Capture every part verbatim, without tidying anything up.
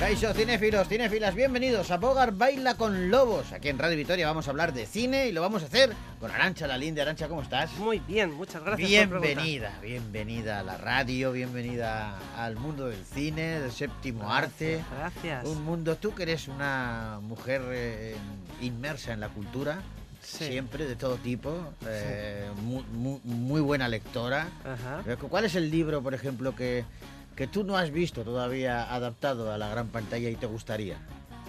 Kaixo, cinéfilos, cinéfilas, bienvenidos a Bogart Baila con Lobos. Aquí en Radio Vitoria vamos a hablar de cine y lo vamos a hacer con Arantxa Lalinde. Arantxa, ¿cómo estás? Muy bien, muchas gracias. Bienvenida, por bienvenida a la radio, bienvenida al mundo del cine, del séptimo gracias, arte. Gracias. Un mundo, tú que eres una mujer eh, inmersa en la cultura, sí. Siempre, de todo tipo, eh, sí. muy, muy, muy buena lectora. Ajá. ¿Cuál es el libro, por ejemplo, que... que tú no has visto todavía adaptado a la gran pantalla y te gustaría?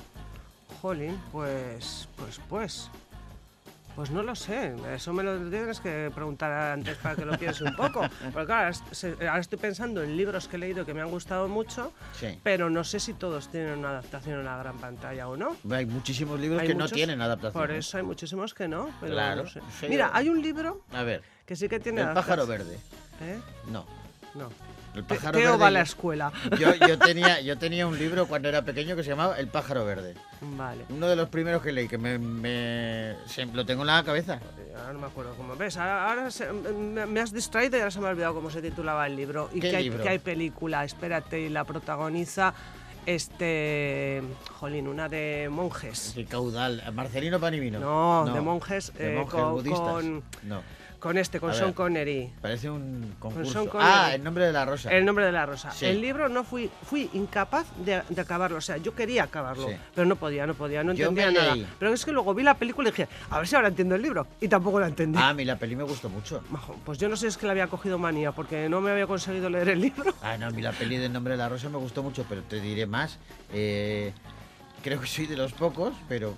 Jolín, pues, pues, pues, pues no lo sé. Eso me lo tienes que preguntar antes para que lo piense un poco. Porque claro, ahora estoy pensando en libros que he leído que me han gustado mucho, sí. Pero no sé si todos tienen una adaptación a la gran pantalla o no. Hay muchísimos libros hay que muchos, no tienen adaptación. Por eso hay muchísimos que no. Pero claro. No sé. Sí, Mira, hay un libro a ver, que sí que tiene El pájaro verde. ¿Eh? No. No. El pájaro Teo verde, va a la escuela. Yo, yo, tenía, yo tenía un libro cuando era pequeño que se llamaba El pájaro verde. Vale. Uno de los primeros que leí, que me, me lo tengo en la cabeza. Ahora no me acuerdo cómo ves. Ahora, ahora se, me, me has distraído y ahora se me ha olvidado cómo se titulaba el libro. Y ¿Qué que, libro? Hay, que hay película, espérate, y la protagoniza este... Jolín, una de monjes. El caudal. Marcelino Panivino. No, no, de monjes. De eh, monjes con, budistas. Con, no. Con este, con Sean Connery. Parece un concurso. Con ah, El nombre de la rosa. El nombre de la rosa. Sí. El libro no fui fui incapaz de, de acabarlo. O sea, yo quería acabarlo, sí. Pero no podía, no podía, no yo entendía nada. Pero es que luego vi la película y dije, a ver si ahora entiendo el libro. Y tampoco la entendí. Ah, a mí la peli me gustó mucho. Pues yo no sé si es que le había cogido manía, porque no me había conseguido leer el libro. Ah, no, a mí la peli del nombre de la rosa me gustó mucho, pero te diré más. Eh, creo que soy de los pocos, pero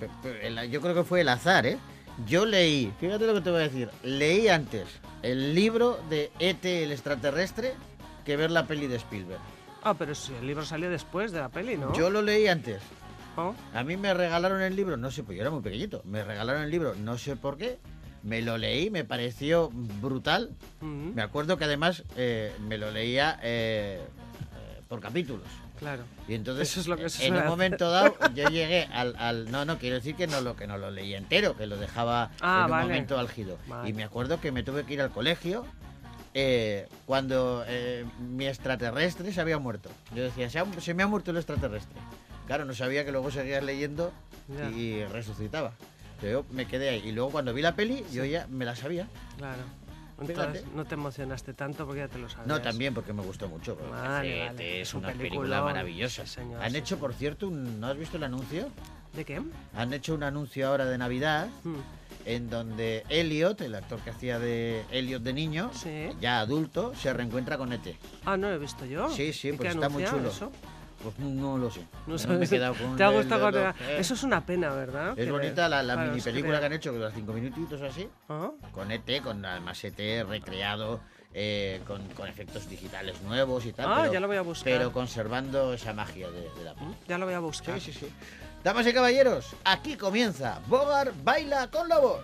yo creo que fue el azar, ¿eh? Yo leí, fíjate lo que te voy a decir, leí antes el libro de E T el extraterrestre que ver la peli de Spielberg. Ah, pero si el libro salió después de la peli, ¿no? Yo lo leí antes. ¿Oh? A mí me regalaron el libro, no sé, pues yo era muy pequeñito, me regalaron el libro, no sé por qué, me lo leí, me pareció brutal. Uh-huh. Me acuerdo que además eh, me lo leía eh, eh, por capítulos. Claro. Y entonces, eso es lo que se en un hacer. momento dado, yo llegué al, al... No, no, quiero decir que no lo, que no lo leía entero, que lo dejaba ah, en un vale. momento álgido. Vale. Y me acuerdo que me tuve que ir al colegio eh, cuando eh, mi extraterrestre se había muerto. Yo decía, se, ha, se me ha muerto el extraterrestre. Claro, no sabía que luego seguías leyendo ya. Y resucitaba. Pero yo me quedé ahí. Y luego cuando vi la peli, sí. Yo ya me la sabía. Claro. Entonces, no te emocionaste tanto porque ya te lo sabías. No, también porque me gustó mucho. Vale, vale. Es una película maravillosa. Sí, señor, Han sí, hecho, señor. por cierto, un, ¿no has visto el anuncio? ¿De qué? Han hecho un anuncio ahora de Navidad hmm. en donde Elliot, el actor que hacía de Elliot de niño, sí. ya adulto, se reencuentra con E T. Ah, no lo he visto yo. Sí, sí, pues está muy chulo. Eso? Pues no lo sé. No, no me he quedado con ¿Te ha gustado? el, el, el, eh. Eso es una pena, ¿verdad? Es bonita la, la mini película que, que han hecho, que dura cinco minutitos así, ¿ah? Con E T, con además E T recreado, eh, con, con efectos digitales nuevos y tal. Ah, pero, ya lo voy a buscar. Pero conservando esa magia de, de la película. Ya lo voy a buscar. Sí, sí, sí. Damas y caballeros, aquí comienza Bogart Baila con Lobos.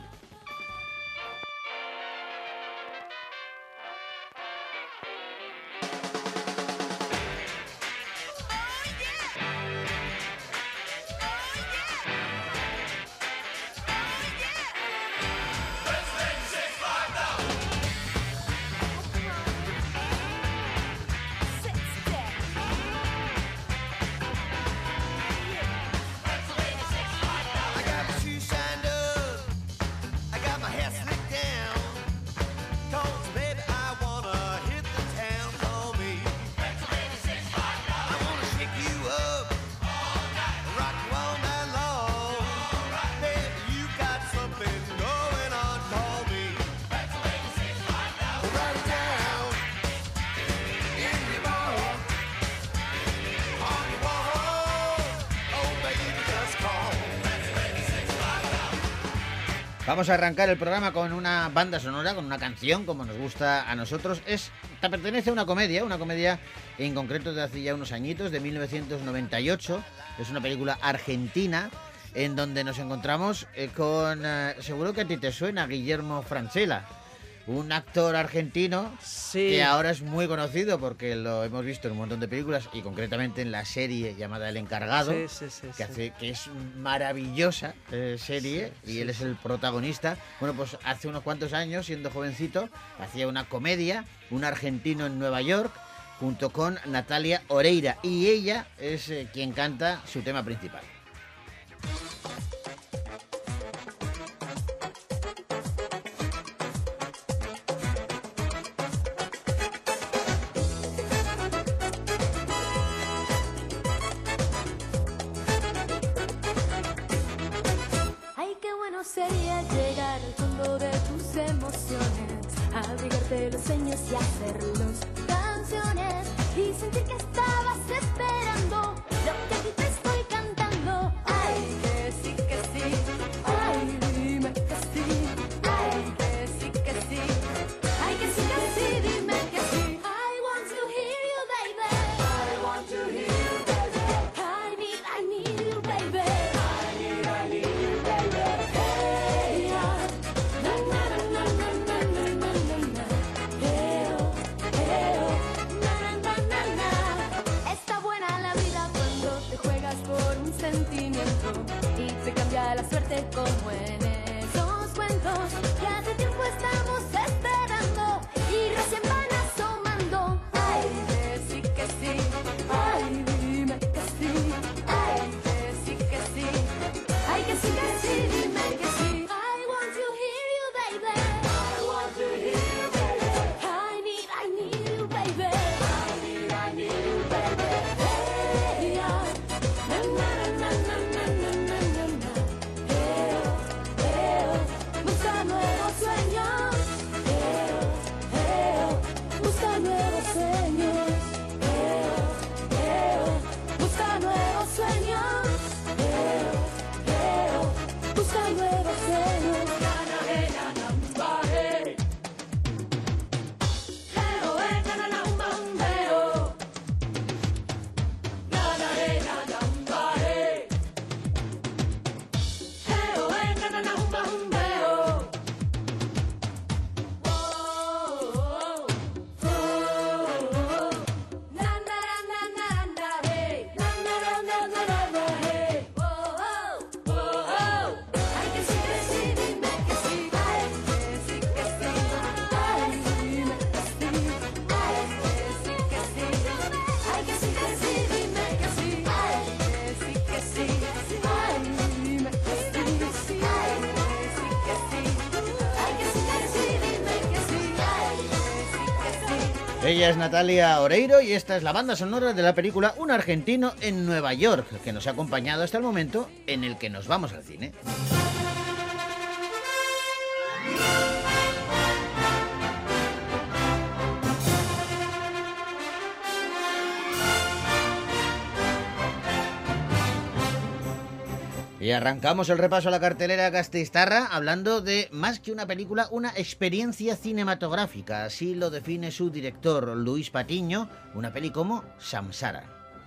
Vamos a arrancar el programa con una banda sonora, con una canción, como nos gusta a nosotros. Es, pertenece a una comedia, una comedia en concreto de hace ya unos añitos, de mil novecientos noventa y ocho. Es una película argentina en donde nos encontramos eh, con, eh, seguro que a ti te suena, Guillermo Francella. Un actor argentino sí. que ahora es muy conocido porque lo hemos visto en un montón de películas y concretamente en la serie llamada El Encargado, sí, sí, sí, que, sí. hace, que es maravillosa eh, serie sí, y sí, él es el protagonista. Bueno, pues hace unos cuantos años, siendo jovencito, hacía una comedia, un argentino en Nueva York, junto con Natalia Oreira, y ella es eh, quien canta su tema principal. Sería llegar al fondo de tus emociones, abrigarte los sueños y hacerlos canciones, y sentir que estabas esperando lo que aquí te estoy cantando. Ay, que sí, que sí, ay, dime que sí, ay, que sí, que sí, ay, que sí, que sí, dime que sí. I want to hear you, baby. I want to hear you, baby. I need, I need you, baby. I need, I need you, baby. Y te cambia la suerte como en esos cuentos que hace tiempo estamos esperando y recién van asomando. Ay, que sí, que sí, ay, dime que sí, ay, que sí, que sí, ay, que sí, que sí, dime que sí. I want to hear you, baby. I want to hear you, baby. I need, I need you, baby. I need, I need you, baby. Hey, yeah. Na, na, na, na, na, na, na, na, na. Hey, oh, hey, oh. Busca nuevos sueños. Hey, oh, hey, oh. Busca nuevos sueños. Hey, oh, hey, oh. Busca nuevos sueños. Hey, oh, hey, oh. Busca nuevos sueños. Na, na, hey, na, na, umba, hey. Hey, oh, hey, na, na, na, umba, umba, hey, oh. Na, na, hey, na, na, umba, hey. Hey, oh, hey, na, na, na, umba, umba, hey, oh. Oh, oh, oh, oh. Na, na, na, na, na, hey. Na, na, na, na, na, na, na, hey. Oh, oh, oh, oh. Ay, que sí, que sí, dime que sí. Ay, que sí, que sí. Ay, dime que sí. Ay, que sí, que sí. Ay, que sí, que sí, dime que sí. Ay, que sí, que sí. Ay, dime que sí. Ay, que sí, que sí. Ay, que sí, que sí, dime que sí. Ay, que sí, que sí. Ella es Natalia Oreiro y esta es la banda sonora de la película Un argentino en Nueva York, que nos ha acompañado hasta el momento en el que nos vamos al cine. Y arrancamos el repaso a la cartelera gasteiztarra hablando de más que una película, una experiencia cinematográfica. Así lo define su director, Luis Patiño, una peli como Samsara.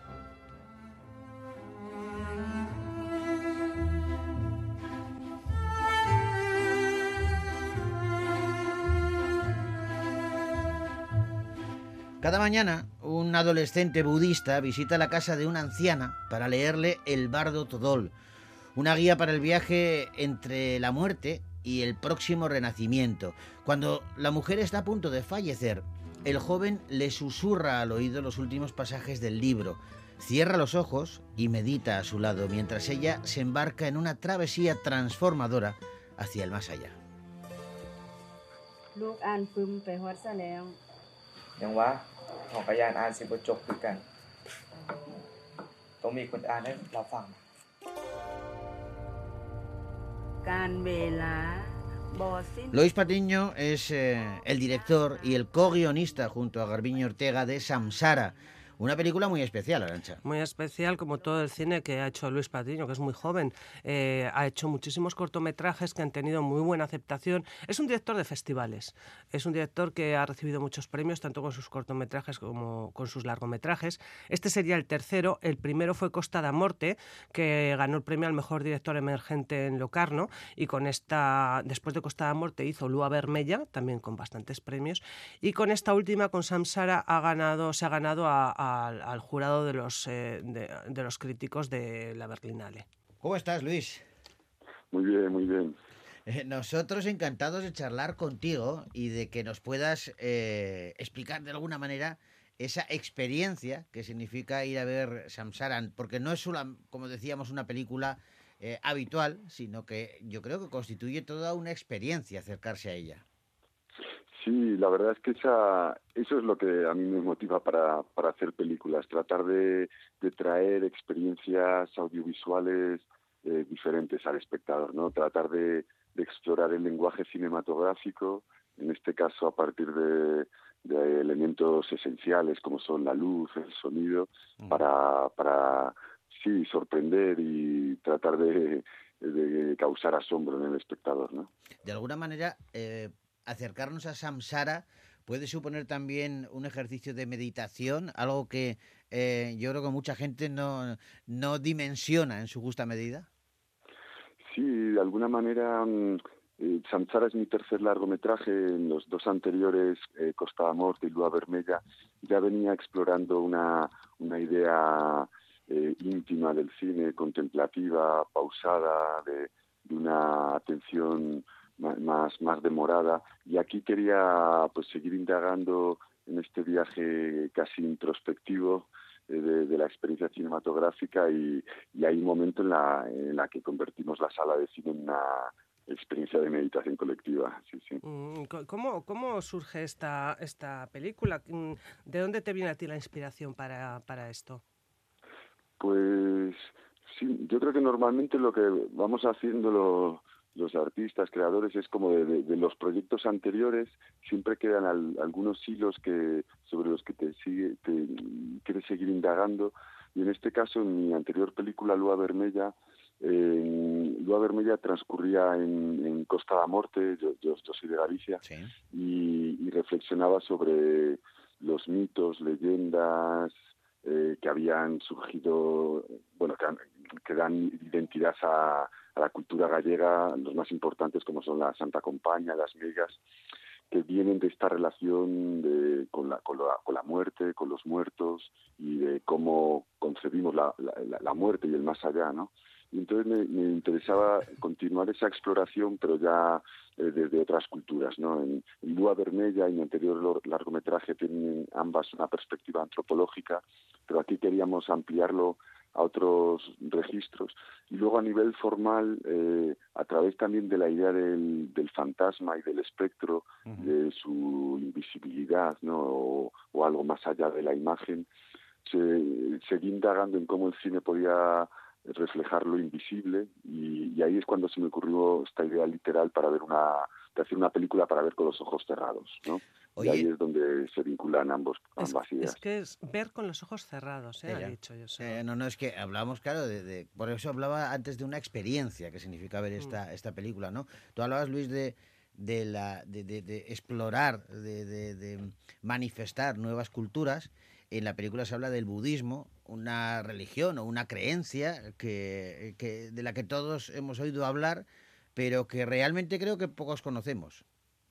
Cada mañana, un adolescente budista visita la casa de una anciana para leerle El Bardo Todol, una guía para el viaje entre la muerte y el próximo renacimiento. Cuando la mujer está a punto de fallecer, el joven le susurra al oído los últimos pasajes del libro, cierra los ojos y medita a su lado mientras ella se embarca en una travesía transformadora hacia el más allá. ลูกอ่านปึมไปฮอดซะแล้วยังวะของกระยานอ่านสิบ่จบคือกันต้องมีคนอ่านให้เราฟังการเวลาบ่สิ้น Luis Patiño es eh, el director y el co-guionista junto a Garbiñe Ortega de Samsara, una película muy especial, Arantxa. Muy especial, como todo el cine que ha hecho Luis Patiño, que es muy joven. Eh, ha hecho muchísimos cortometrajes que han tenido muy buena aceptación. Es un director de festivales. Es un director que ha recibido muchos premios, tanto con sus cortometrajes como con sus largometrajes. Este sería el tercero. El primero fue Costa da Morte, que ganó el premio al mejor director emergente en Locarno. Y con esta, después de Costa da Morte, hizo Lua Vermella, también con bastantes premios. Y con esta última, con Samsara, ha ganado, se ha ganado a, a Al, al jurado de los, eh, de, de los críticos de la Berlinale. ¿Cómo estás, Luis? Muy bien, muy bien. Eh, nosotros encantados de charlar contigo y de que nos puedas eh, explicar de alguna manera esa experiencia que significa ir a ver Samsara, porque no es, una, como decíamos, una película eh, habitual, sino que yo creo que constituye toda una experiencia acercarse a ella. Sí, la verdad es que esa, eso es lo que a mí me motiva para, para hacer películas, tratar de, de traer experiencias audiovisuales eh, diferentes al espectador, ¿no? Tratar de, de explorar el lenguaje cinematográfico, en este caso a partir de, de elementos esenciales como son la luz, el sonido, uh-huh. para, para sí, sorprender y tratar de, de causar asombro en el espectador, ¿no? De alguna manera, eh, acercarnos a Samsara puede suponer también un ejercicio de meditación, algo que eh, yo creo que mucha gente no, no dimensiona en su justa medida. Sí, de alguna manera eh, Samsara es mi tercer largometraje. En los dos anteriores, eh, Costa da Morte y Lua Vermella, ya venía explorando una, una idea eh, íntima del cine, contemplativa, pausada, de, de una atención más, más demorada, y aquí quería pues seguir indagando en este viaje casi introspectivo eh, de, de la experiencia cinematográfica, y, y hay un momento en la, en la que convertimos la sala de cine en una experiencia de meditación colectiva. Sí, sí. ¿Cómo, cómo surge esta, esta película? ¿De dónde te viene a ti la inspiración para, para esto? Pues sí, yo creo que normalmente lo que vamos haciendo lo, los artistas, creadores, es como de, de, de los proyectos anteriores, siempre quedan al, algunos hilos que sobre los que te sigue, te quieres seguir indagando, y en este caso, en mi anterior película, Lua Vermella, eh, Lua Vermella transcurría en, en Costa da Morte, yo, yo, yo soy de Galicia, sí. y, y reflexionaba sobre los mitos, leyendas, eh, que habían surgido, bueno, que, han, que dan identidad a a la cultura gallega, los más importantes como son la Santa Compaña, las Megas, que vienen de esta relación de, con, la, con, la, con la muerte, con los muertos, y de cómo concebimos la, la, la muerte y el más allá, ¿no? Y entonces me, me interesaba continuar esa exploración, pero ya eh, desde otras culturas, ¿no? En, en Lua Vermella y mi anterior largometraje tienen ambas una perspectiva antropológica, pero aquí queríamos ampliarlo a otros registros. Y luego a nivel formal, eh, a través también de la idea del, del fantasma y del espectro, uh-huh. de su invisibilidad, ¿no? o, o algo más allá de la imagen, se, seguí indagando en cómo el cine podía reflejar lo invisible, y, y ahí es cuando se me ocurrió esta idea literal para ver una de hacer una película para ver con los ojos cerrados, ¿no? Oye, y ahí es donde se vinculan ambos, ambas es, ideas. Es que es ver con los ojos cerrados, ¿eh? Ha dicho yo. Eh, no, no, es que hablamos, claro, de, de, por eso hablaba antes de una experiencia que significa ver esta, mm. esta película, ¿no? Tú hablabas, Luis, de, de, la, de, de, de explorar, de, de, de manifestar nuevas culturas. En la película se habla del budismo, una religión o una creencia que, que, de la que todos hemos oído hablar, pero que realmente creo que pocos conocemos.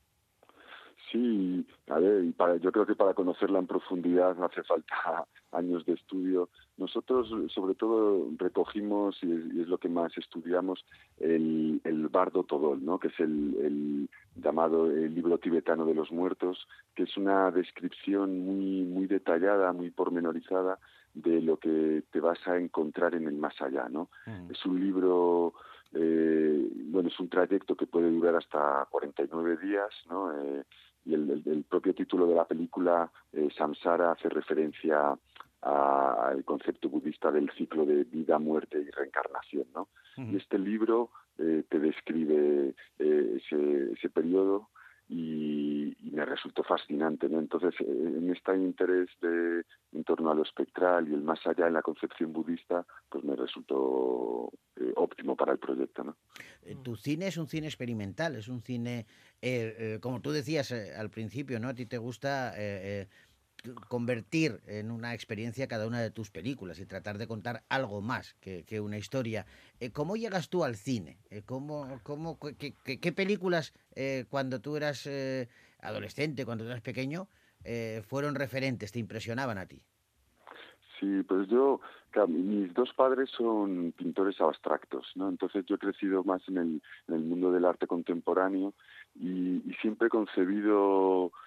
Sí, a ver, y para, yo creo que para conocerla en profundidad no hace falta años de estudio. Nosotros, sobre todo, recogimos, y es, y es lo que más estudiamos, el, el Bardo Todol, ¿no? Que es el, el llamado el libro tibetano de los muertos, que es una descripción muy, muy detallada, muy pormenorizada de lo que te vas a encontrar en el más allá, ¿no? Mm. Es un libro... Eh, bueno, es un trayecto que puede durar hasta cuarenta y nueve días, ¿no? Eh, y el, el, el propio título de la película, eh, Samsara, hace referencia al concepto budista del ciclo de vida, muerte y reencarnación, ¿no? Uh-huh. Y este libro eh, te describe eh, ese, ese periodo, y, y me resultó fascinante, ¿no? Entonces, eh, en este interés de, en torno a lo espectral y el más allá en la concepción budista, pues me resultó eh, óptimo para el proyecto, ¿no? Eh, tu cine es un cine experimental, es un cine, eh, eh, como tú decías eh, al principio, ¿no? A ti te gusta eh, eh, convertir en una experiencia cada una de tus películas y tratar de contar algo más que, que una historia. Eh, ¿Cómo llegas tú al cine? Eh, ¿cómo, cómo, qué, qué, ¿Qué películas eh, cuando tú eras eh, adolescente, cuando tú eras pequeño, eh, fueron referentes, te impresionaban a ti? Sí, pues yo, claro, mis dos padres son pintores abstractos, ¿no? Entonces yo he crecido más en el, en el mundo del arte contemporáneo, y, y siempre he concebido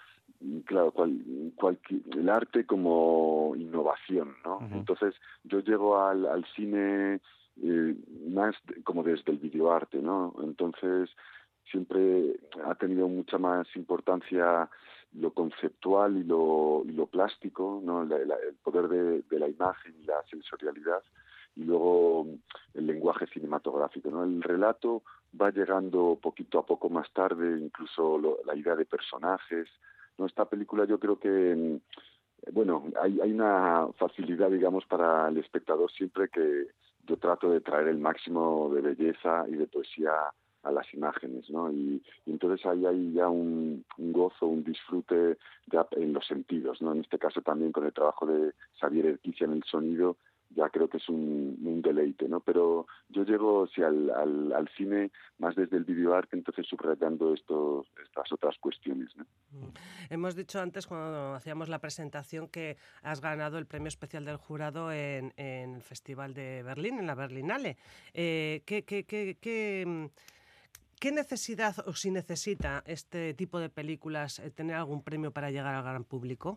claro, cual, cualquier, el arte como innovación, ¿no? Uh-huh. Entonces, yo llego al, al cine eh, más de, como desde el videoarte, ¿no? Entonces, siempre ha tenido mucha más importancia lo conceptual y lo, y lo plástico, ¿no? La, la, el poder de, de la imagen y la sensorialidad, y luego el lenguaje cinematográfico, ¿no? El relato va llegando poquito a poco más tarde, incluso lo, la idea de personajes, ¿no? Esta película yo creo que, bueno, hay, hay una facilidad, digamos, para el espectador siempre que yo trato de traer el máximo de belleza y de poesía a las imágenes, ¿no? Y, y entonces ahí hay ya un, un gozo, un disfrute ya en los sentidos, ¿no? En este caso también con el trabajo de Xavier Erquicia en el sonido, ya creo que es un, un deleite, ¿no? Pero yo llego sí, al, al, al cine más desde el videoarte, entonces subrayando estos, estas otras cuestiones, ¿no? Hemos dicho antes, cuando hacíamos la presentación, que has ganado el premio especial del jurado en, en el Festival de Berlín, en la Berlinale. Eh, ¿qué, qué, qué, qué, ¿Qué necesidad o si necesita este tipo de películas eh, tener algún premio para llegar al gran público?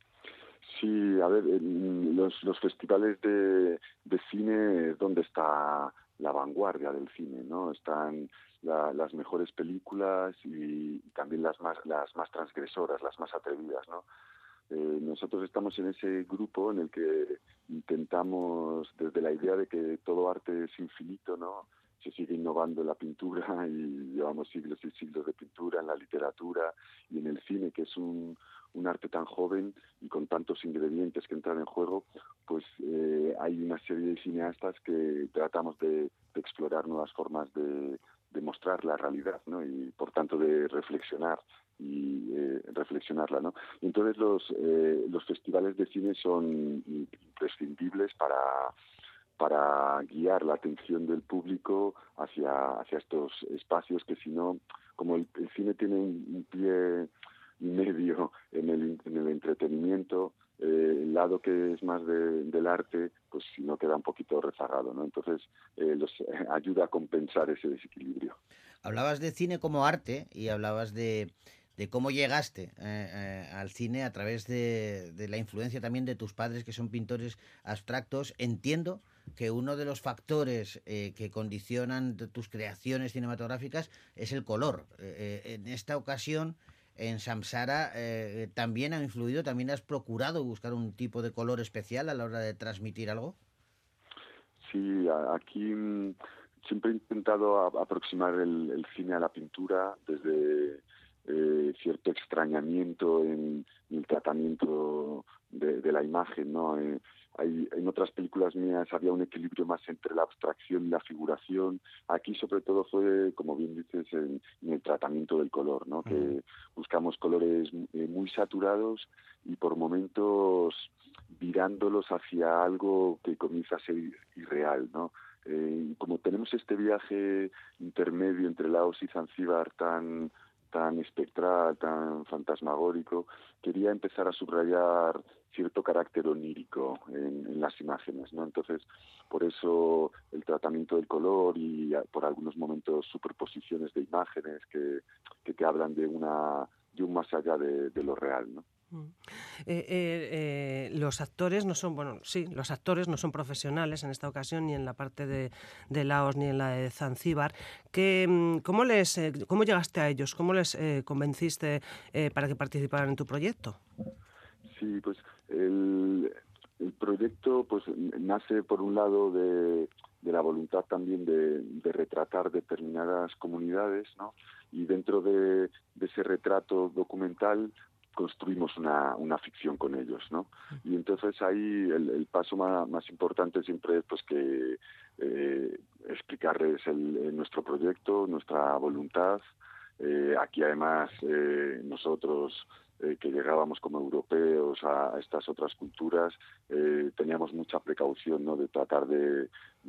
Sí, a ver, los, los festivales de, de cine es donde está la vanguardia del cine, ¿no? Están la, las mejores películas y también las más, las más transgresoras, las más atrevidas, ¿no? Eh, nosotros estamos en ese grupo en el que intentamos, desde la idea de que todo arte es infinito, ¿no? Se sigue innovando en la pintura y llevamos siglos y siglos de pintura, en la literatura y en el cine, que es un, un arte tan joven y con tantos ingredientes que entran en juego, pues eh, hay una serie de cineastas que tratamos de, de explorar nuevas formas de, de mostrar la realidad, ¿no? Y por tanto de reflexionar y eh, reflexionarla, ¿no? Y entonces los, eh, los festivales de cine son imprescindibles para para guiar la atención del público hacia, hacia estos espacios que, si no, como el, el cine tiene un, un pie y medio en el, en el entretenimiento, eh, el lado que es más de, del arte, pues si no queda un poquito rezagado, ¿no? Entonces, eh, los eh, ayuda a compensar ese desequilibrio. Hablabas de cine como arte y hablabas de, de cómo llegaste eh, eh, al cine a través de, de la influencia también de tus padres, que son pintores abstractos. Entiendo que uno de los factores eh, que condicionan tus creaciones cinematográficas es el color. Eh, eh, en esta ocasión, en Samsara, eh, ¿también ha influido, también has procurado buscar un tipo de color especial a la hora de transmitir algo? Sí, aquí mmm, siempre he intentado a, aproximar el, el cine a la pintura desde eh, cierto extrañamiento en, en el tratamiento de, de la imagen, ¿no? Eh, Hay, en otras películas mías había un equilibrio más entre la abstracción y la figuración. Aquí, sobre todo, fue, como bien dices, en, en el tratamiento del color, ¿no? Uh-huh. Que buscamos colores eh, muy saturados y por momentos virándolos hacia algo que comienza a ser irreal, ¿no? Eh, como tenemos este viaje intermedio entre Laos y Zanzíbar tan tan espectral, tan fantasmagórico, quería empezar a subrayar cierto carácter onírico en, en las imágenes, ¿no? Entonces, por eso el tratamiento del color y por algunos momentos superposiciones de imágenes que, que te hablan de una de un más allá de, de lo real, ¿no? Eh, eh, eh, los actores no son, bueno, sí, los actores no son profesionales en esta ocasión, ni en la parte de, de Laos ni en la de Zanzíbar. Que, ¿cómo, les, eh, ¿Cómo llegaste a ellos? ¿Cómo les eh, convenciste eh, para que participaran en tu proyecto? Sí, pues el, el proyecto pues nace por un lado de, de la voluntad también de, de retratar determinadas comunidades, ¿no? Y dentro de, de ese retrato documental construimos una, una ficción con ellos, ¿no? Y entonces ahí el, el paso más, más importante siempre es pues que eh, explicarles el, el, nuestro proyecto, nuestra voluntad. Eh, aquí además eh, nosotros eh, que llegábamos como europeos a, a estas otras culturas eh, teníamos mucha precaución, ¿no? De tratar de,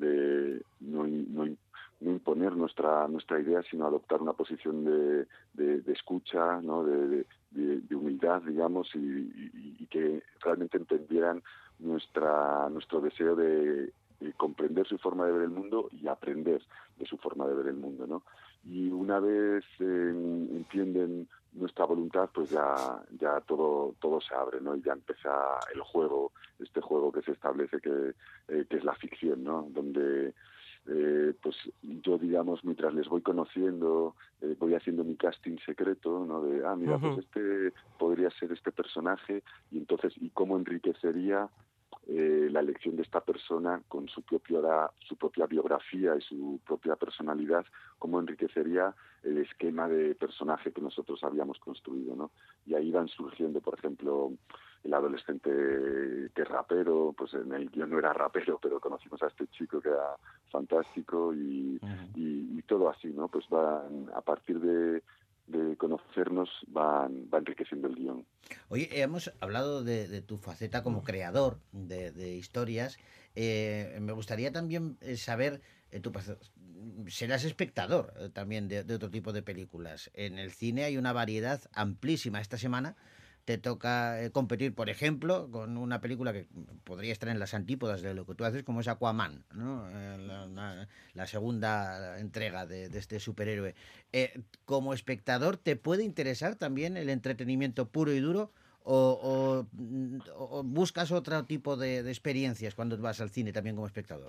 de no, no, no imponer nuestra nuestra idea, sino adoptar una posición de, de, de escucha, ¿no? de, de De, de humildad, digamos, y, y, y que realmente entendieran nuestra nuestro deseo de, de comprender su forma de ver el mundo y aprender de su forma de ver el mundo, ¿no? y una vez eh, entienden nuestra voluntad, pues ya ya todo todo se abre, ¿no? Y ya empieza el juego, este juego que se establece que, eh, que es la ficción, ¿no? Donde eh, pues yo, digamos, mientras les voy conociendo, eh, voy haciendo mi casting secreto, ¿no? De, ah, mira, Ujú. pues este podría ser este personaje, y entonces, ¿y cómo enriquecería eh, la elección de esta persona con su propia, su propia biografía y su propia personalidad, cómo enriquecería el esquema de personaje que nosotros habíamos construido, ¿no? Y ahí van surgiendo, por ejemplo, el adolescente que es rapero, pues en el guión no era rapero, pero conocimos a este chico que era fantástico y, Ujú. y, y todo así, ¿no? Pues van, a partir de, de conocernos, van, va enriqueciendo el guión. Oye, hemos hablado de, de tu faceta como creador de, de historias. Eh, me gustaría también eh, saber, eh, tu, pas- serás espectador eh, también de, de otro tipo de películas. En el cine hay una variedad amplísima. Esta semana te toca eh, competir, por ejemplo, con una película que podría estar en las antípodas de lo que tú haces, como es Aquaman, ¿no? Eh, la, la- la segunda entrega de, de este superhéroe. Eh, como espectador, ¿te puede interesar también el entretenimiento puro y duro? O, o, mm, o buscas otro tipo de, de experiencias cuando vas al cine también como espectador?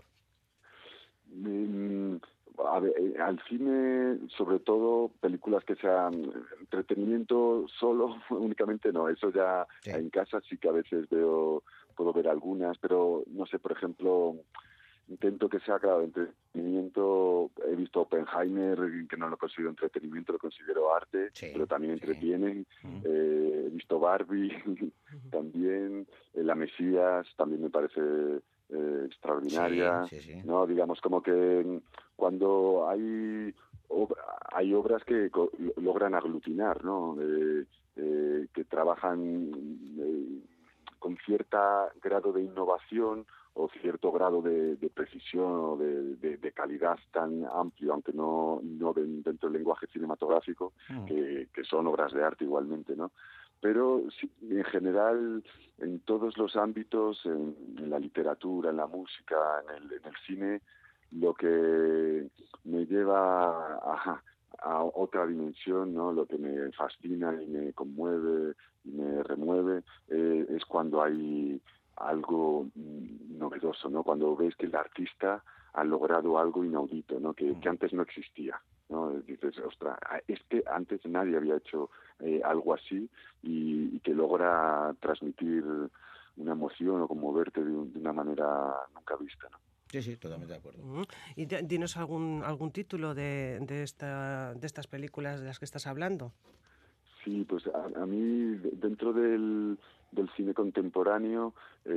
Mm, a ver, eh, al cine, sobre todo, películas que sean entretenimiento solo, únicamente no. Eso ya Sí. en casa sí que a veces veo, puedo ver algunas, pero no sé, por ejemplo, intento que sea, claro, entretenimiento. He visto Oppenheimer, que no lo considero entretenimiento, lo considero arte, Sí, pero también sí. entretienen. Mm. Eh, he visto Barbie también, eh, La Mesías también me parece eh, Sí, extraordinaria, sí, sí. ¿no? Digamos, como que mm, cuando hay ob- hay obras que co- lo- logran aglutinar, ¿no? Eh, eh, que trabajan eh, con cierta grado de innovación o cierto grado de, de precisión o de, de- de calidad tan amplio, aunque no innoven dentro del lenguaje cinematográfico, Mm. que, que son obras de arte igualmente, ¿no? Pero sí, en general, en todos los ámbitos, en, en la literatura, en la música, en el, en el cine, lo que me lleva a, a otra dimensión, ¿no? Lo que me fascina y me conmueve y me remueve eh, es cuando hay algo mm, novedoso, ¿no? Cuando ves que el artista ha logrado algo inaudito, ¿no? Que, que antes no existía, ¿no? Dices, ostras, es que antes nadie había hecho eh, algo así y, y que logra transmitir una emoción o conmoverte de, un- de una manera nunca vista, ¿no? Sí, sí, totalmente de acuerdo. Ujú. Y di- dinos algún algún título de, de esta de estas películas de las que estás hablando. Sí, pues a, a mí de- dentro del, del cine contemporáneo,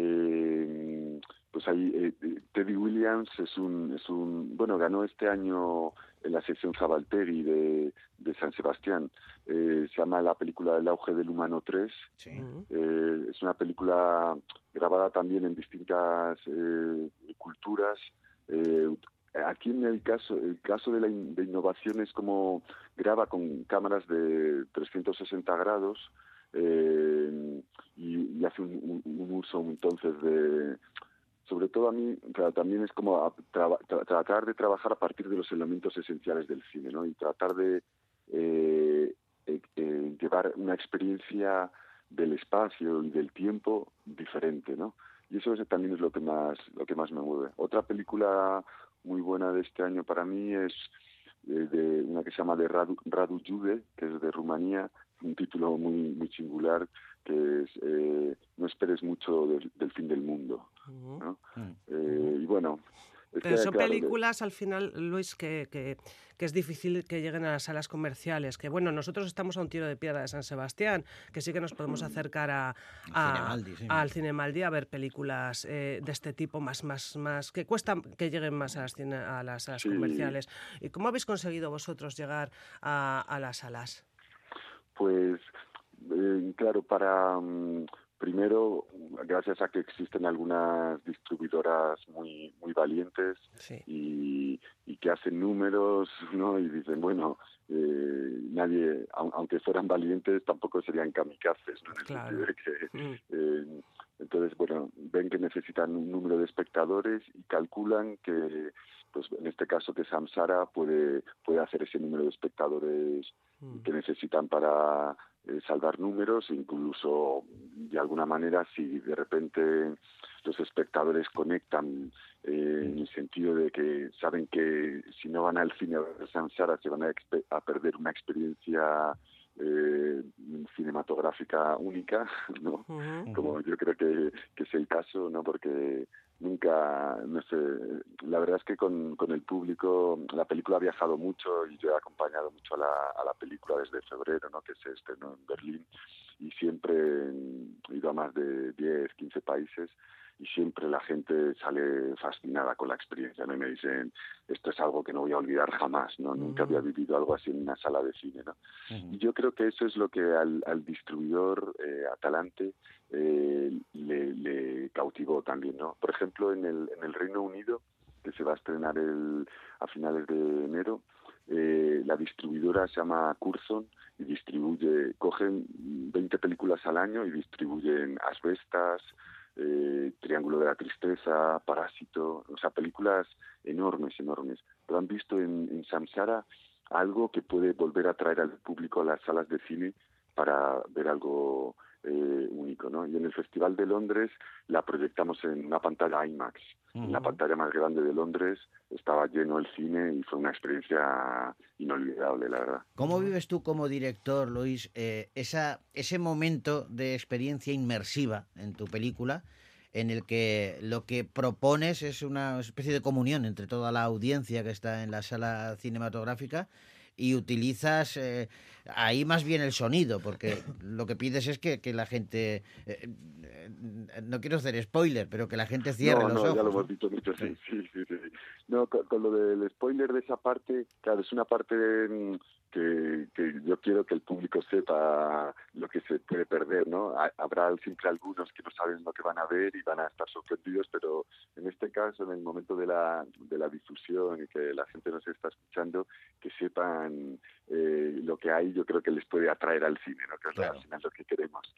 eh, pues hay eh, eh, Teddy Williams es un es un bueno, ganó este año en la sección Zabalteri de, de San Sebastián. Eh, se llama la película El auge del humano tres. Sí. Ujú. Eh, es una película grabada también en distintas eh, culturas. Eh, aquí en el caso el caso de la in- de innovación es como graba con cámaras de trescientos sesenta grados eh, y, y hace un, un- un uso entonces de, sobre todo a mí, claro, también es como a- traba- tra- tratar de trabajar a partir de los elementos esenciales del cine, ¿no? Y tratar de eh, eh, eh, llevar una experiencia del espacio y del tiempo diferente, ¿no? Y eso es- también es lo que más lo que más me mueve. Otra película muy buena de este año para mí es eh, de una que se llama de Radu, Radu Jude, que es de Rumanía, un título muy muy singular que es eh, No esperes mucho del, del fin del mundo, Ujú. ¿no? Mm. Eh, y bueno, es Pero que, son claro, de- películas al final, Luis, que, que, que es difícil que lleguen a las salas comerciales. Que bueno, nosotros estamos a un tiro de piedra de San Sebastián, que sí que nos podemos acercar a, a- Cinemaldi, sí. al Cinemaldi a ver películas eh, de este tipo más, más, más, que cuestan que lleguen más a las, cine- a las salas Sí. comerciales. ¿Y cómo habéis conseguido vosotros llegar a, a las salas? Pues, eh, claro, para mm, primero gracias a que existen algunas distribuidoras muy muy valientes Sí. y, y que hacen números, ¿no? Y dicen, bueno, eh, nadie, aun- aunque fueran valientes, tampoco serían kamikazes, ¿no? En el Claro. sentido de que, Mm. eh, entonces, bueno, ven que necesitan un número de espectadores y calculan que, pues en este caso, que Samsara puede puede hacer ese número de espectadores Mm. que necesitan para eh, salvar números, incluso de alguna manera si de repente los espectadores conectan eh, en el sentido de que saben que si no van al cine a ver Samsara se van a, expe- a perder una experiencia eh, cinematográfica única, ¿no? Ujú. Como yo creo que, que es el caso, ¿no? Porque nunca, no sé, la verdad es que con, con el público, la película ha viajado mucho y yo he acompañado mucho a la, a la película desde febrero, ¿no? Que se estrenó en Berlín, y siempre he ido a más de diez, quince países y siempre la gente sale fascinada con la experiencia, ¿no? Y me dicen, esto es algo que no voy a olvidar jamás, ¿no? Nunca había vivido algo así en una sala de cine, ¿no? Y yo creo que eso es lo que al, al distribuidor eh, Atalante eh, le, le cautivó también, ¿no? Por ejemplo, en el, en el Reino Unido, que se va a estrenar el, a finales de enero, eh, la distribuidora se llama Curzon y distribuye, cogen veinte películas al año y distribuyen Asbestas, eh, Triángulo de la Tristeza, Parásito, o sea, películas enormes, enormes. Pero han visto en, en Samsara algo que puede volver a traer al público a las salas de cine para ver algo eh, único, ¿no? Y en el Festival de Londres la proyectamos en una pantalla IMAX, en la pantalla más grande de Londres, estaba lleno el cine y fue una experiencia inolvidable, la verdad. ¿Cómo vives tú como director, Luis, eh, esa, ese momento de experiencia inmersiva en tu película, en el que lo que propones es una especie de comunión entre toda la audiencia que está en la sala cinematográfica y utilizas eh, ahí más bien el sonido, porque lo que pides es que, que la gente, eh, eh, no quiero hacer spoiler, pero que la gente cierre No, los no, ojos, ya lo ¿no? hemos dicho mucho, sí, Sí. sí, sí, sí. No, con, con lo del spoiler de esa parte, claro, es una parte mm, que, que yo quiero que el público sepa lo que se puede perder, ¿no? Ha- Habrá siempre algunos que no saben lo que van a ver y van a estar sorprendidos, pero en este caso, en el momento de la, de la difusión y que la gente nos está escuchando, que sepan eh, lo que hay, yo creo que les puede atraer al cine, ¿no? Que es Claro. al final lo que queremos.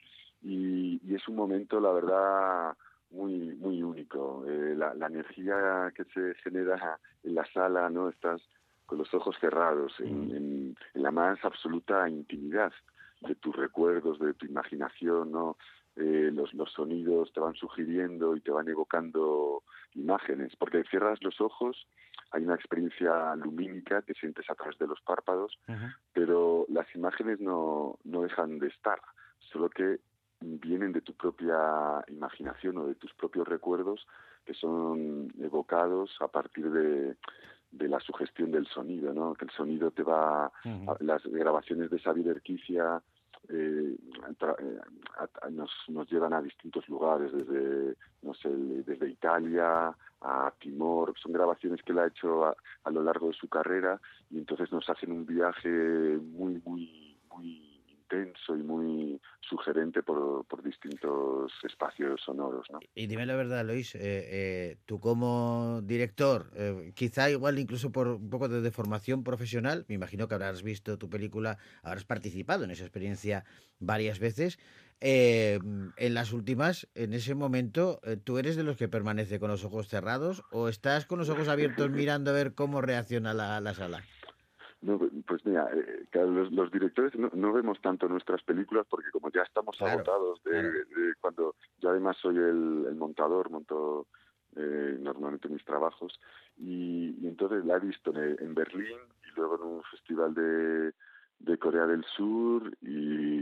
Y, y es un momento, la verdad, muy muy único. Eh, la, la energía que se genera en la sala, ¿no? Estás con los ojos cerrados, en, Mm. en, en la más absoluta intimidad de tus recuerdos, de tu imaginación, ¿no? Eh, los, los sonidos te van sugiriendo y te van evocando imágenes, porque cierras los ojos, hay una experiencia lumínica que sientes a través de los párpados, Ujú. pero las imágenes no, no dejan de estar, solo que vienen de tu propia imaginación o de tus propios recuerdos que son evocados a partir de, de la sugestión del sonido, ¿no? Que el sonido te va... Ujú. a- las grabaciones de Xavier Erquicia eh, tra- eh, a- a- nos, nos llevan a distintos lugares, desde, no sé, desde Italia a Timor. Son grabaciones que él ha hecho a, a lo largo de su carrera y entonces nos hacen un viaje muy, muy, muy intenso y muy sugerente por, por distintos espacios sonoros, ¿no? Y dime la verdad, Luis, eh, eh, tú como director, eh, quizá igual incluso por un poco de, de formación profesional, me imagino que habrás visto tu película, habrás participado en esa experiencia varias veces. eh, en las últimas, en ese momento, eh, ¿tú eres de los que permanece con los ojos cerrados o estás con los ojos abiertos mirando a ver cómo reacciona la, la sala? No, pues mira, eh, claro, los, los directores no, no vemos tanto nuestras películas porque como ya estamos Claro, agotados de, claro. de cuando yo además soy el, el montador, monto eh, normalmente mis trabajos y, y entonces la he visto en, en Berlín y luego en un festival de, de Corea del Sur y,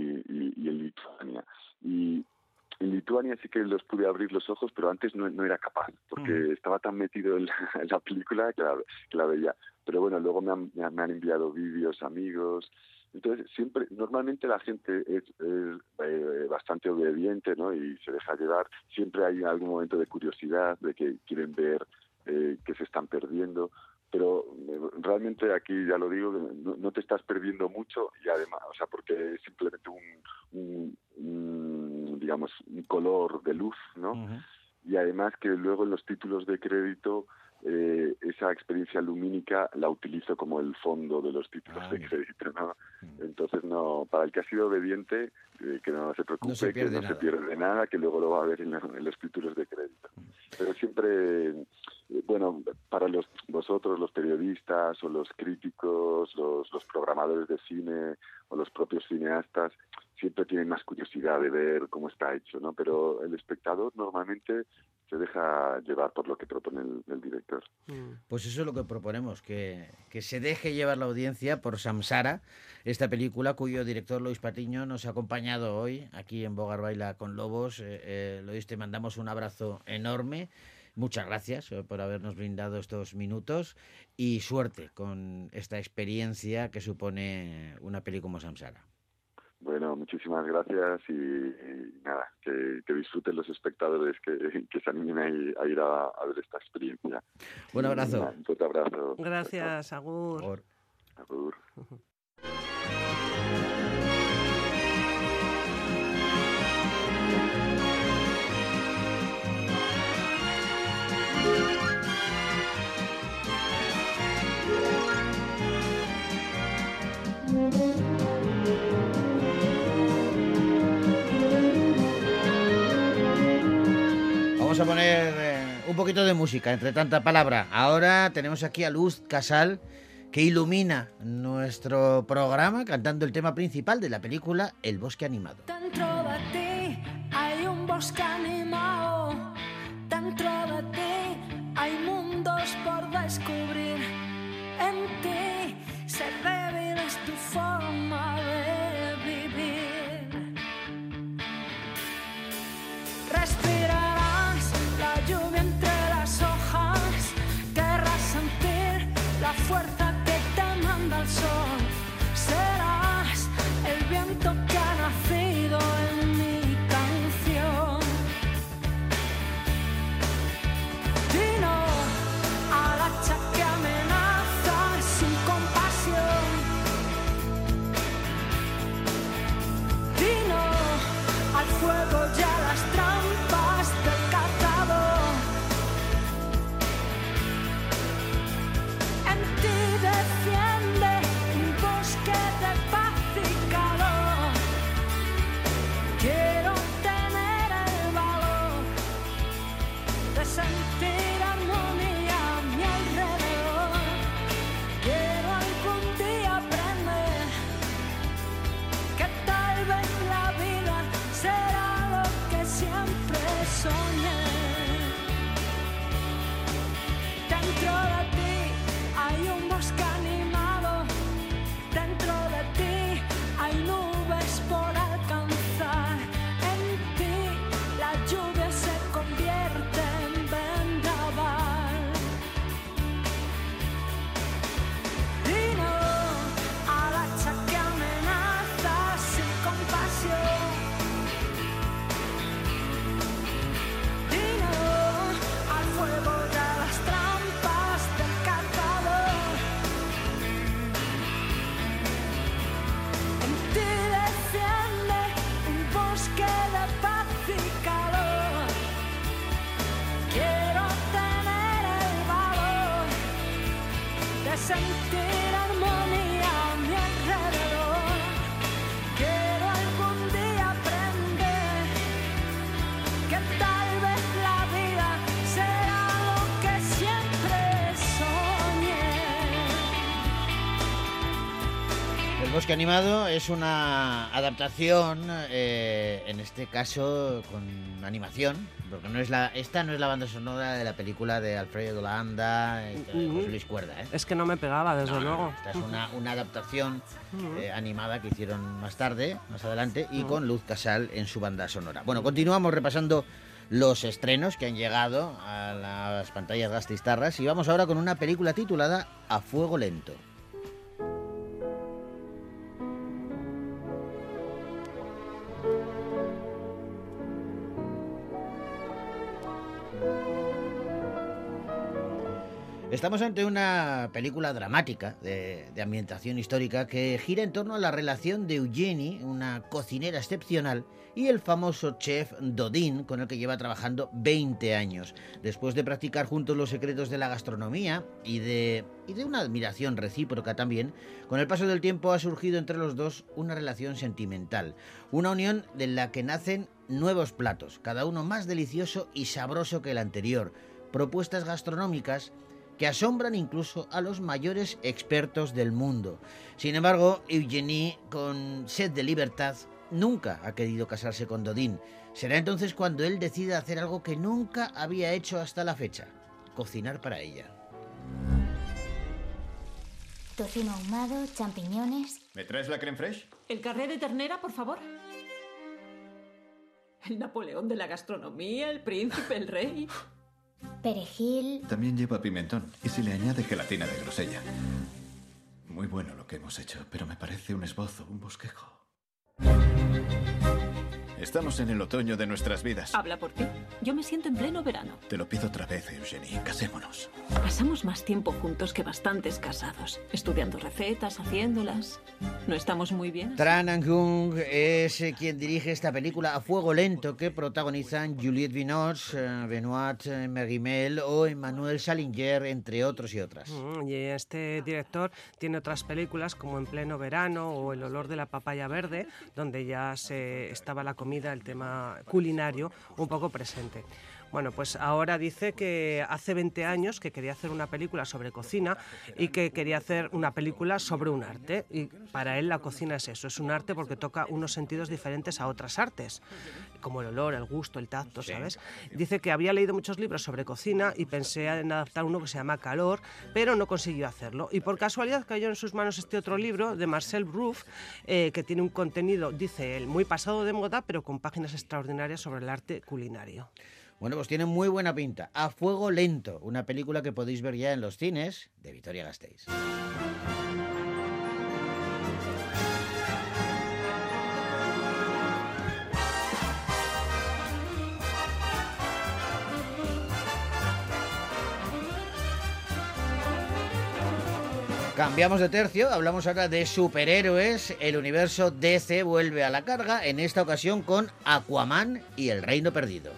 y, y en Lituania. Y en Lituania sí que los pude abrir los ojos, pero antes no, no era capaz, porque Ujú. estaba tan metido en la, en la película que la, que la veía. Pero bueno, luego me han, me han, me han enviado vídeos, amigos. Entonces, siempre, normalmente la gente es, es eh, bastante obediente, ¿no? Y se deja llevar. Siempre hay algún momento de curiosidad, de que quieren ver eh, qué se están perdiendo. Pero eh, realmente aquí, ya lo digo, no, no te estás perdiendo mucho y además, o sea, porque es simplemente un, un, un digamos, un color de luz, ¿no? Ujú. Y además que luego en los títulos de crédito eh, esa experiencia lumínica la utilizo como el fondo de los títulos Ah, de mira. crédito, ¿no? Mm. Entonces, no, para el que ha sido obediente, eh, que no se preocupe, No se pierde que no nada. se pierde nada, que luego lo va a ver en, la- en los títulos de crédito. Pero siempre, eh, bueno, para los vosotros, los periodistas o los críticos, los, los programadores de cine o los propios cineastas, siempre tienen más curiosidad de ver cómo está hecho, ¿no? Pero el espectador normalmente se deja llevar por lo que propone el, el director. Mm. Pues eso es lo que proponemos, que, que se deje llevar la audiencia por Samsara, esta película cuyo director Lois Patiño nos ha acompañado hoy aquí en Bogar Baila con Lobos. Eh, eh, Lois, te mandamos un abrazo enorme. Muchas gracias eh, por habernos brindado estos minutos y suerte con esta experiencia que supone una peli como Samsara. Bueno, muchísimas gracias y, y nada, que, que disfruten los espectadores, que, que se animen a ir a, ir a, a ver esta experiencia. Un abrazo. Y nada, un fuerte abrazo. Gracias, Agur. Por- Agur. Vamos a poner eh, un poquito de música entre tanta palabra. Ahora tenemos aquí a Luz Casal, que ilumina nuestro programa cantando el tema principal de la película El bosque animado. Dentro de ti hay un bosque animado. Dentro de ti hay mundos por descubrir. En ti ser débil es tu forma de vivir. Respirarás la lluvia entre las hojas. Querrás sentir la fuerza que te manda el sol. Serás el viento que ha nacido en mi canción. Di no al hacha que amenaza sin compasión. Di no al fuego y a las trampas del cazador. En ti defiende un bosque de paz y calor. Quiero tener el valor de sentir armonía a mi alrededor. Quiero algún día aprender que tal vez la vida será lo que siempre soñé. Dentro de ti hay un bosque animado. Dentro de ti hay nubes por alcanzar. En ti la lluvia se convierte en vendaval. Di no al hacha que amenaza sin compasión. Di no al fuego y a las trampas del cazador. En ti defiende un bosque de paz y calor. Quiero tener el valor de sentir armonía a mi alrededor. Quiero algún día aprender que tal vez la vida será lo que siempre soñé. El bosque animado es una adaptación, eh, en este caso con animación, porque no es la, esta no es la banda sonora de la película de Alfredo de la Anda, eh, de Ujú. José Luis Cuerda, ¿eh? Es que no me pegaba, desde No, no, luego. no, esta es una, una adaptación Ujú. eh, animada que hicieron más tarde, más adelante, y Ujú. con Luz Casal en su banda sonora. Bueno, continuamos repasando los estrenos que han llegado a las pantallas gastistarras y vamos ahora con una película titulada A Fuego Lento. Estamos ante una película dramática de, de ambientación histórica que gira en torno a la relación de Eugenie, una cocinera excepcional, y el famoso chef Dodin, con el que lleva trabajando veinte años. Después de practicar juntos los secretos de la gastronomía y de, y de una admiración recíproca también, con el paso del tiempo ha surgido entre los dos una relación sentimental, una unión de la que nacen nuevos platos, cada uno más delicioso y sabroso que el anterior, propuestas gastronómicas que asombran incluso a los mayores expertos del mundo. Sin embargo, Eugenie, con sed de libertad, nunca ha querido casarse con Dodin. Será entonces cuando él decida hacer algo que nunca había hecho hasta la fecha: cocinar para ella. Tocino ahumado, champiñones. ¿Me traes la crème fraîche? ¿El carré de ternera, por favor? El Napoleón de la gastronomía, el príncipe, el rey... Perejil. También lleva pimentón. Y si le añade gelatina de grosella. Muy bueno lo que hemos hecho, pero me parece un esbozo, un bosquejo. Estamos en el otoño de nuestras vidas. Habla por ti. Yo me siento en pleno verano. Te lo pido otra vez, Eugenie. Casémonos. Pasamos más tiempo juntos que bastantes casados. Estudiando recetas, haciéndolas. ¿No estamos muy bien? Tran Anh Hung es eh, quien dirige esta película a fuego lento que protagonizan Juliette Binoche, eh, Benoît Mergimel o Emmanuel Salinger, entre otros y otras. Mm, y este director tiene otras películas como En pleno verano o El olor de la papaya verde, donde ya se estaba la comida, el tema culinario, un poco presente. Bueno, pues ahora dice que hace veinte años que quería hacer una película sobre cocina y que quería hacer una película sobre un arte. Y para él la cocina es eso, es un arte porque toca unos sentidos diferentes a otras artes, como el olor, el gusto, el tacto, ¿sabes? Dice que había leído muchos libros sobre cocina y pensé en adaptar uno que se llama Calor, pero no consiguió hacerlo. Y por casualidad cayó en sus manos este otro libro de Marcel Brouf, eh, que tiene un contenido, dice él, muy pasado de moda, pero con páginas extraordinarias sobre el arte culinario. Bueno, pues tiene muy buena pinta. A fuego lento, una película que podéis ver ya en los cines de Vitoria-Gasteiz. Cambiamos de tercio, hablamos ahora de superhéroes. El universo D C vuelve a la carga, en esta ocasión con Aquaman y el Reino Perdido.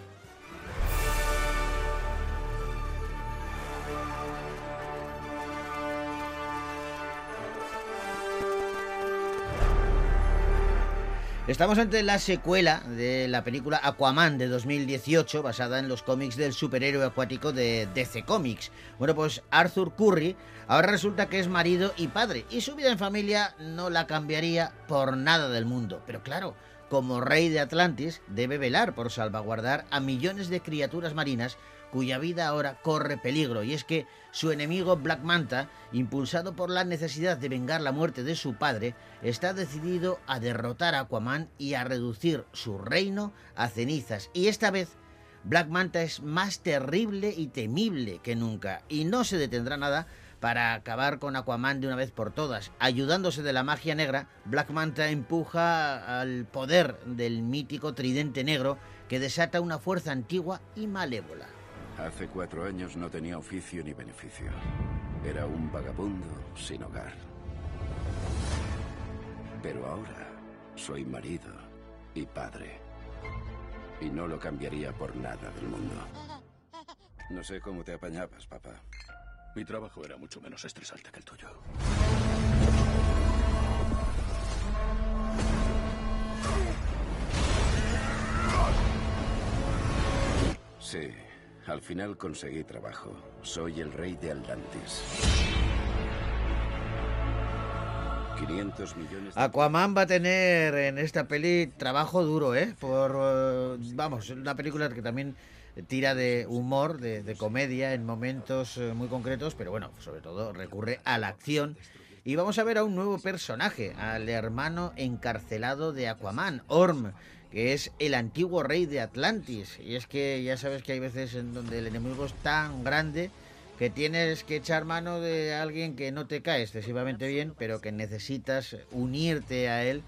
Estamos ante la secuela de la película Aquaman de dos mil dieciocho, basada en los cómics del superhéroe acuático de D C Comics. Bueno, pues Arthur Curry ahora resulta que es marido y padre, y su vida en familia no la cambiaría por nada del mundo. Pero claro, como rey de Atlantis, debe velar por salvaguardar a millones de criaturas marinas cuya vida ahora corre peligro, y es que su enemigo Black Manta, impulsado por la necesidad de vengar la muerte de su padre, está decidido a derrotar a Aquaman y a reducir su reino a cenizas. Y esta vez Black Manta es más terrible y temible que nunca, y no se detendrá nada para acabar con Aquaman de una vez por todas. Ayudándose de la magia negra, Black Manta empuja al poder del mítico tridente negro que desata una fuerza antigua y malévola. Hace cuatro años no tenía oficio ni beneficio. Era un vagabundo sin hogar. Pero ahora soy marido y padre. Y no lo cambiaría por nada del mundo. No sé cómo te apañabas, papá. Mi trabajo era mucho menos estresante que el tuyo. Sí. Al final conseguí trabajo. Soy el rey de Atlantis. quinientos millones de... Aquaman va a tener en esta peli trabajo duro, ¿eh? Por, uh, vamos, una película que también tira de humor, de, de comedia en momentos uh, muy concretos, pero bueno, sobre todo recurre a la acción. Y vamos a ver a un nuevo personaje, al hermano encarcelado de Aquaman, Orm, que es el antiguo rey de Atlantis. Y es que ya sabes que hay veces en donde el enemigo es tan grande que tienes que echar mano de alguien que no te cae excesivamente bien, pero que necesitas unirte a él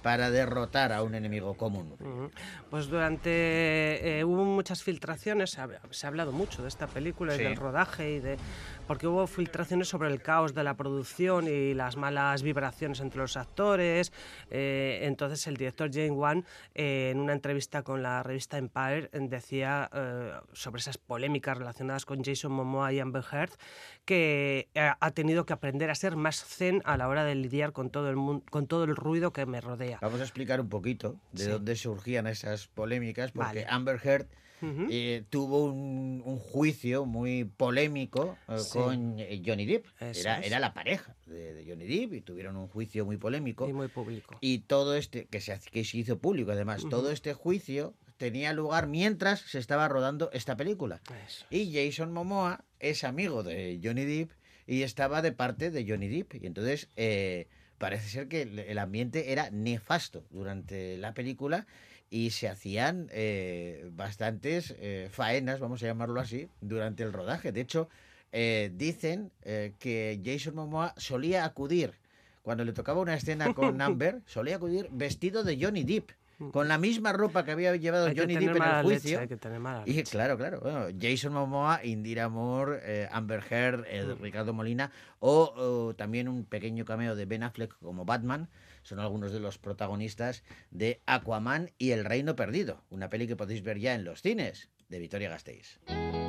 para derrotar a un enemigo común. Uh-huh. Pues durante... Eh, hubo muchas filtraciones, se ha, se ha hablado mucho de esta película y sí. del rodaje, y de porque hubo filtraciones sobre el caos de la producción y las malas vibraciones entre los actores. Eh, entonces el director James Wan, eh, en una entrevista con la revista Empire, decía eh, sobre esas polémicas relacionadas con Jason Momoa y Amber Heard, que eh, ha tenido que aprender a ser más zen a la hora de lidiar con todo el mundo, con todo el ruido que me rodea. Vamos a explicar un poquito de sí. dónde surgían esas polémicas, porque vale. Amber Heard uh-huh. eh, tuvo un, un juicio muy polémico eh, sí. con Johnny Depp. Era, era la pareja de, de Johnny Depp y tuvieron un juicio muy polémico. Y muy público. Y todo este, que se, que se hizo público además, uh-huh. todo este juicio tenía lugar mientras se estaba rodando esta película. Eso. Y Jason Momoa es amigo de Johnny Depp y estaba de parte de Johnny Depp. Y entonces eh, parece ser que el ambiente era nefasto durante la película y se hacían eh, bastantes eh, faenas, vamos a llamarlo así, durante el rodaje. De hecho, eh, dicen eh, que Jason Momoa solía acudir, cuando le tocaba una escena con Amber, solía acudir vestido de Johnny Depp, con la misma ropa que había llevado Johnny Depp en el juicio. Leche, hay que tener mala leche. Y claro, claro. Bueno, Jason Momoa, Indira Moore, eh, Amber Heard, eh, mm. Ricardo Molina, o, o también un pequeño cameo de Ben Affleck como Batman, son algunos de los protagonistas de Aquaman y El Reino Perdido, una peli que podéis ver ya en los cines, de Vitoria Gasteiz.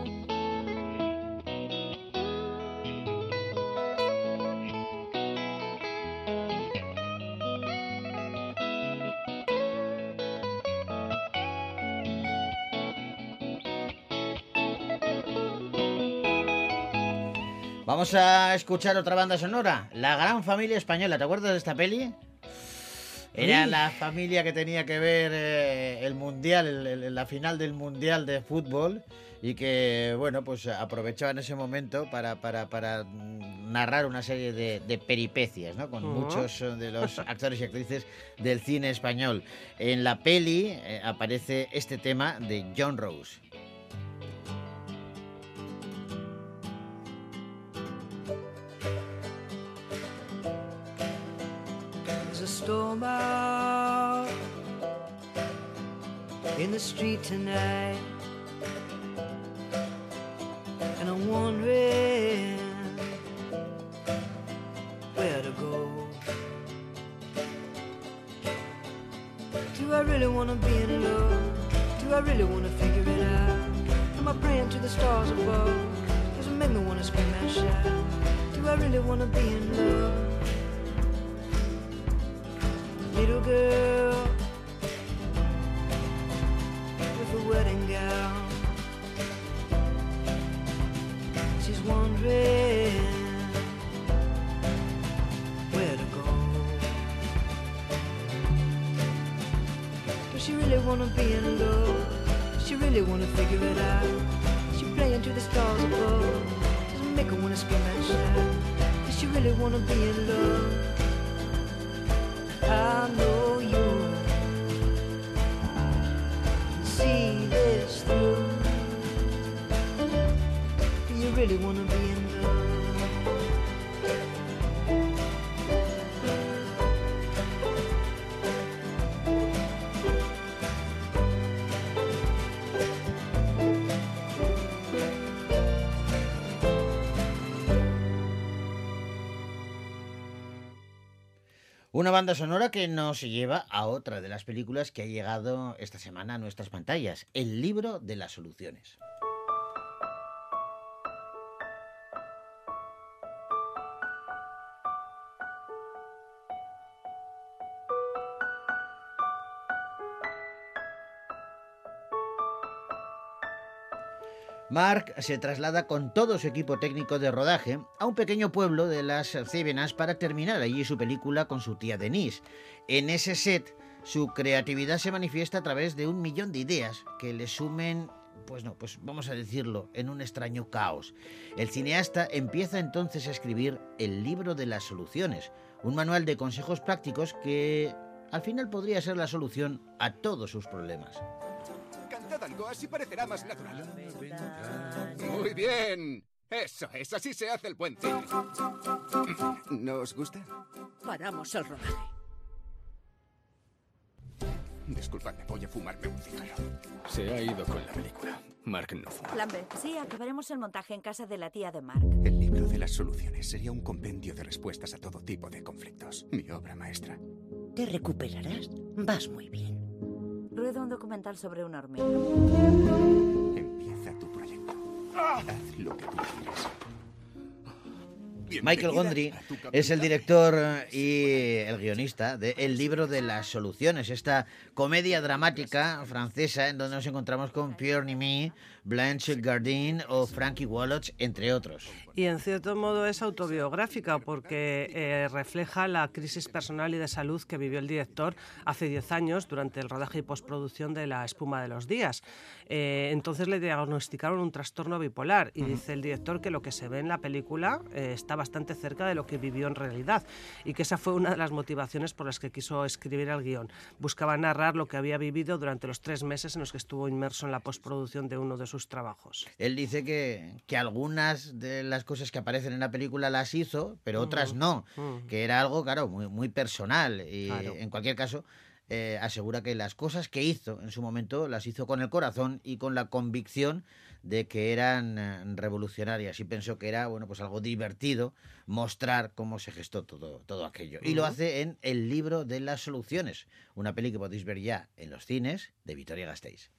Vamos a escuchar otra banda sonora, La Gran Familia Española. ¿Te acuerdas de esta peli? Era sí. la familia que tenía que ver eh, el Mundial, el, el, la final del Mundial de fútbol, y que, bueno, pues aprovechaban ese momento para, para, para narrar una serie de, de peripecias, ¿no? Con uh-huh. muchos de los actores y actrices del cine español. En la peli eh, aparece este tema de John Rose. Storm out in the street tonight, and I'm wondering where to go. Do I really want to be in love? Do I really want to figure it out? Am I praying to the stars above? Does it make me want to scream and shout? Do I really want to be in love? Little girl with a wedding gown, she's wondering where to go. Does she really want to be in love? Does she really want to figure it out? Is she playing to the stars above? Does it make her want to scream and shout? Does she really want to be in love? I know you see this through. Do you really want to be in love? Una banda sonora que nos lleva a otra de las películas que ha llegado esta semana a nuestras pantallas, El libro de las soluciones. Mark se traslada con todo su equipo técnico de rodaje a un pequeño pueblo de las Cévenas para terminar allí su película con su tía Denise. En ese set, su creatividad se manifiesta a través de un millón de ideas que le sumen, pues no, pues vamos a decirlo, en un extraño caos. El cineasta empieza entonces a escribir El libro de las soluciones, un manual de consejos prácticos que al final podría ser la solución a todos sus problemas. Cantad algo, así parecerá más natural. Muy bien. Eso es, así se hace el buen cine. ¿No os gusta? Paramos el rodaje. Disculpadme, voy a fumarme un cigarro. Se ha ido con la película. Mark no fuma. Plan B. Sí, acabaremos el montaje en casa de la tía de Mark. El libro de las soluciones sería un compendio de respuestas a todo tipo de conflictos. Mi obra maestra. ¿Te recuperarás? Vas muy bien. Ruedo un documental sobre una hormiga. Empieza tu proyecto. Haz lo que tú quieras. Michael Gondry es el director y el guionista de El libro de las soluciones, esta comedia dramática francesa en donde nos encontramos con Pierre Nimy, Blanche Gardin o Frankie Walloch, entre otros. Y en cierto modo es autobiográfica porque eh, refleja la crisis personal y de salud que vivió el director hace diez años durante el rodaje y postproducción de La espuma de los días. Eh, entonces le diagnosticaron un trastorno bipolar y dice el director que lo que se ve en la película eh, está bastante cerca de lo que vivió en realidad y que esa fue una de las motivaciones por las que quiso escribir el guión. Buscaba narrar lo que había vivido durante los tres meses en los que estuvo inmerso en la postproducción de uno de sus trabajos. Él dice que, que algunas de las cosas que aparecen en la película las hizo, pero otras Uh-huh. no, Uh-huh. que era algo, claro, muy, muy personal y Claro. en cualquier caso eh, asegura que las cosas que hizo en su momento las hizo con el corazón y con la convicción de que eran eh, revolucionarias y pensó que era, bueno, pues algo divertido mostrar cómo se gestó todo, todo aquello. Y lo Ujú. hace en El libro de las soluciones, una peli que podéis ver ya en los cines de Vitoria-Gasteiz.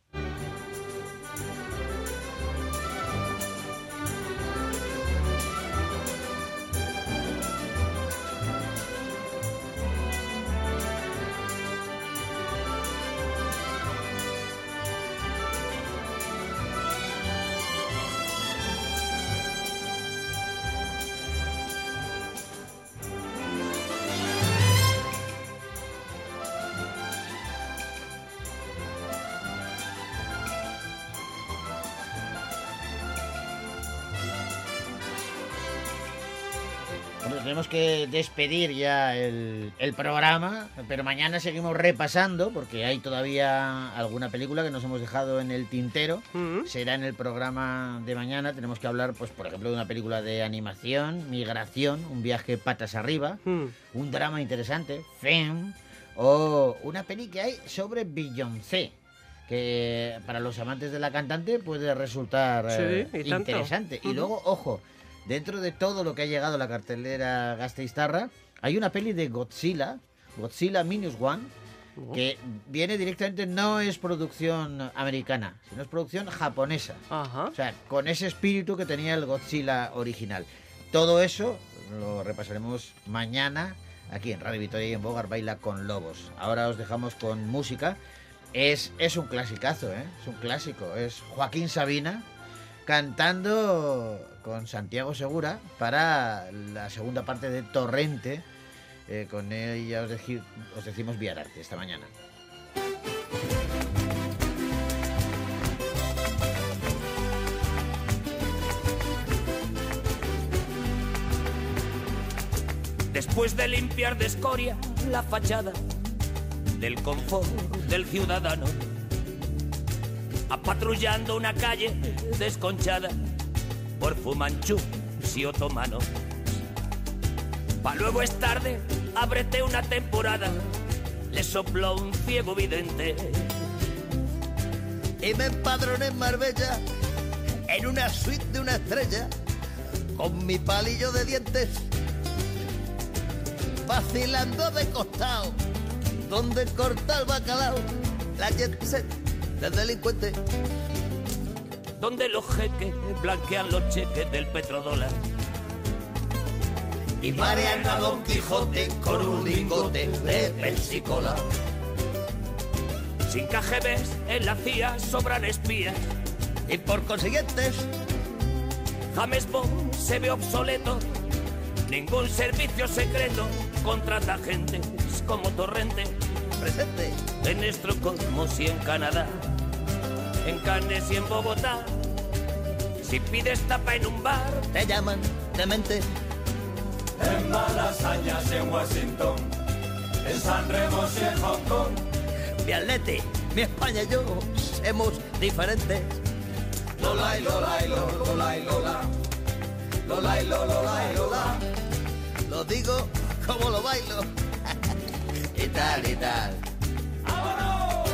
Bueno, tenemos que despedir ya el, el programa, pero mañana seguimos repasando porque hay todavía alguna película que nos hemos dejado en el tintero. Uh-huh. Será en el programa de mañana. Tenemos que hablar, pues, por ejemplo, de una película de animación, Migración, un viaje patas arriba, Uh-huh. un drama interesante, Femme, o una peli que hay sobre Beyoncé, que para los amantes de la cantante puede resultar Sí, eh, y tanto. interesante. Y Ujú. luego, ojo, dentro de todo lo que ha llegado a la cartelera gasteiztarra, hay una peli de Godzilla, Godzilla Minus One, que viene directamente, no es producción americana, sino es producción japonesa. Ajá. O sea, con ese espíritu que tenía el Godzilla original. Todo eso lo repasaremos mañana aquí en Radio Vitoria y en Bogar Baila con Lobos. Ahora os dejamos con música. Es, es un clasicazo, ¿eh? Es un clásico. Es Joaquín Sabina cantando con Santiago Segura para la segunda parte de Torrente. Eh, con él ya os, deji- os decimos Viararte esta mañana. Después de limpiar de escoria la fachada del confort del ciudadano, apatrullando una calle desconchada por fumanchús y otomanos. Pa' luego es tarde, ábrete una temporada, le sopló un ciego vidente. Y me empadroné en Marbella, en una suite de una estrella, con mi palillo de dientes, vacilando de costado, donde corta el bacalao, la jet set del delincuente. Donde los jeques blanquean los cheques del petrodólar. Y marean a Don Quijote con un lingote de pensicola. Sin K G Bs en la C I A sobran espías. Y por consiguiente, James Bond se ve obsoleto. Ningún servicio secreto contrata gente como Torrente. Presente. En Estocolmo y en Canadá, en Cannes y en Bogotá. Si pides tapa en un bar, te llaman demente. En Malasañas, en Washington, en San Remo y en Hong Kong. Mi Atleti, mi España y yo somos diferentes. Lola y Lola y Lola, Lola y Lola. Lola y Lola, Lola y Lola. Lo digo como lo bailo. Y tal, y tal. ¡Vámonos!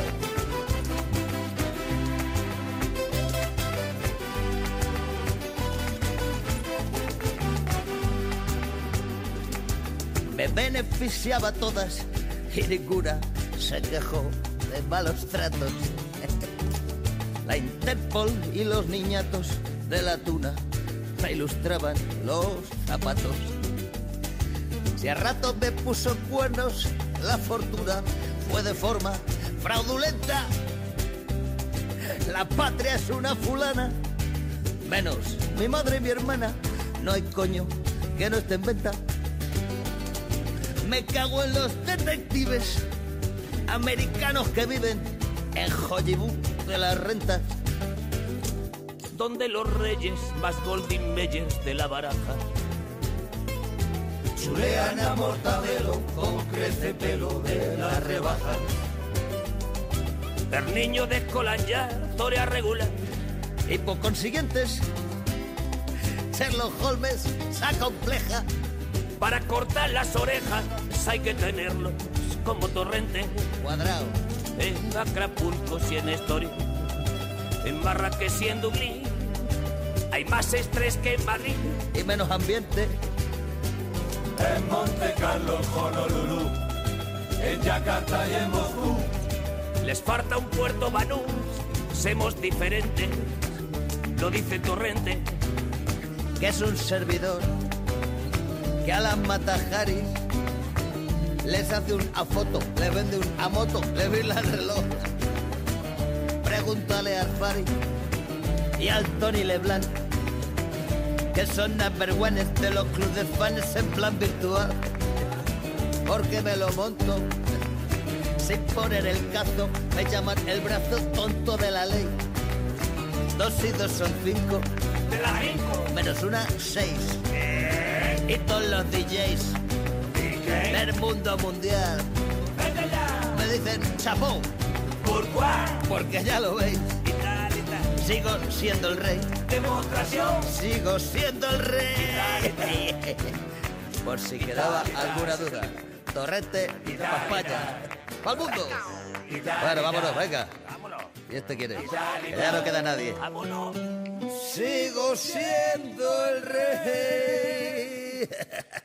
beneficiaba a todas y ninguna se quejó de malos tratos. La Interpol y los niñatos de la tuna me ilustraban los zapatos. Si a rato me puso cuernos, la fortuna fue de forma fraudulenta. La patria es una fulana, menos mi madre y mi hermana. No hay coño que no esté en venta. Me cago en los detectives americanos que viven en Hollywood de las rentas. Donde los reyes más golden meyers de la baraja chulean a Mortadelo con crece pelo de la rebaja. El niño de Escolanjar torea regular y por consiguientes Sherlock Holmes se acompleja. Para cortar las orejas hay que tenerlos como Torrente, cuadrado en Acapulco y en Estoril, en Marrakech y en Dublín. Hay más estrés que en Madrid y menos ambiente en Monte Carlo, Honolulu, en Yakarta y en Moscú. Les falta un puerto Banús, somos diferentes, lo dice Torrente, que es un servidor que a las Matajari les hace un a foto, les vende un a moto, les vila el reloj. Pregúntale al Fari y al Tony Leblanc, que son number one de los clubes de fans en plan virtual, porque me lo monto sin poner el cazo. Me llaman el brazo tonto de la ley. Dos y dos son cinco, de la cinco menos una, seis. Y todos los D Js del mundo mundial me dicen chapó. ¿Por cuál? Porque ya lo veis, y tal, y tal. Sigo siendo el rey. Demostración. Sigo siendo el rey. Y tal, y tal. Por si quedaba alguna duda, Torrente para España, para el mundo. Bueno, vámonos, venga. Vámonos. ¿Y este quién es? Que ya no queda nadie. Vámonos. Sigo siendo el rey.